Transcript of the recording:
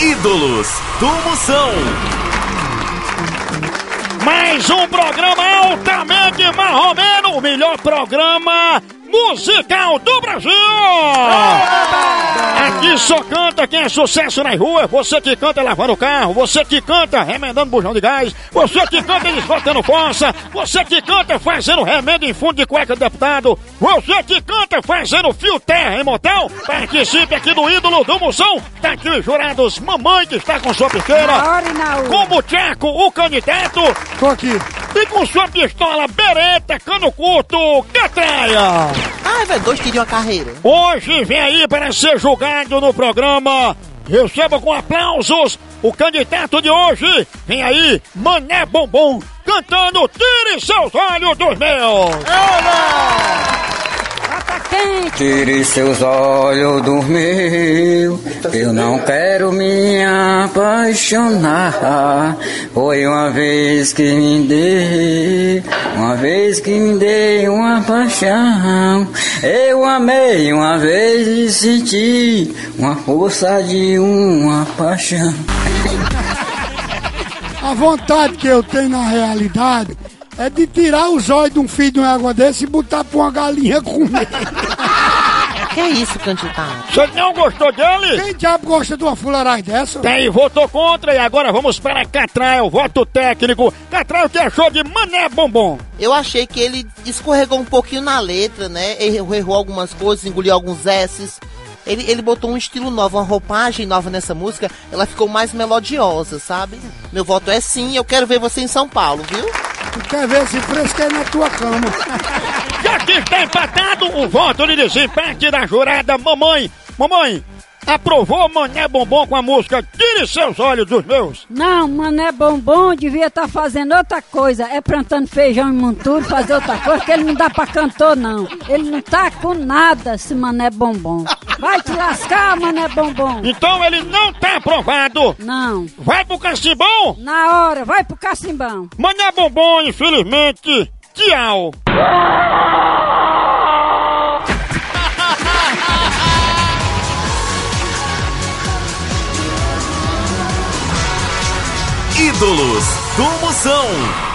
Ídolos do Moção. Mais um programa altamente marromeno, o melhor programa musical do Brasil! Aqui só canta quem é sucesso nas ruas, você que canta lavando o carro, você que canta remendando bujão de gás, você que canta desbotando fossa, você que canta fazendo remendo em fundo de cueca de deputado, você que canta fazendo fio terra em motel, participe aqui do Ídolo do Moção. Tá aqui os jurados, mamãe que está com sua piqueira, como o Tcheco, o candidato, tô aqui, e com sua pistola bereta, cano curto, catraia. Ah, velho, 2 tiros de uma carreira. Hoje vem aí para ser julgado no programa. Receba com aplausos o candidato de hoje. Vem aí, Mané Bombom, cantando Tire Seus Olhos dos Meus. Tire seus olhos dos meus, eu não quero me apaixonar. Foi uma vez que me dei uma paixão. Eu amei uma vez e senti uma força de uma paixão. A vontade que eu tenho na realidade é de tirar os olhos de um filho de uma água desse e botar pra uma galinha comer. Que é isso, candidato? Você não gostou dele? Quem diabo gosta de uma fularagem dessa? Tem, votou contra e agora vamos para Catraia, o voto técnico. Catraia, o que achou de Mané Bombom? Eu achei que ele escorregou um pouquinho na letra, né? Errou algumas coisas, engoliu alguns S's. Ele botou um estilo novo, uma roupagem nova nessa música. Ela ficou mais melodiosa, sabe? Meu voto é sim, eu quero ver você em São Paulo, viu? Tu quer ver esse fresco aí na tua cama? Já que está empatado, o voto de desempate da jurada Mamãe. Mamãe, aprovou Mané Bombom com a música Tire Seus Olhos dos Meus? Não, Mané Bombom devia estar fazendo outra coisa. É plantando feijão em monturo, fazer outra coisa, que ele não dá pra cantor, não. Ele não tá com nada, esse Mané Bombom. Vai te lascar, Mané Bombom. Então ele não tá aprovado. Não. Vai pro cacimbão? Na hora, vai pro cacimbão. Mané Bombom, infelizmente, tchau. Ídolos do Moção.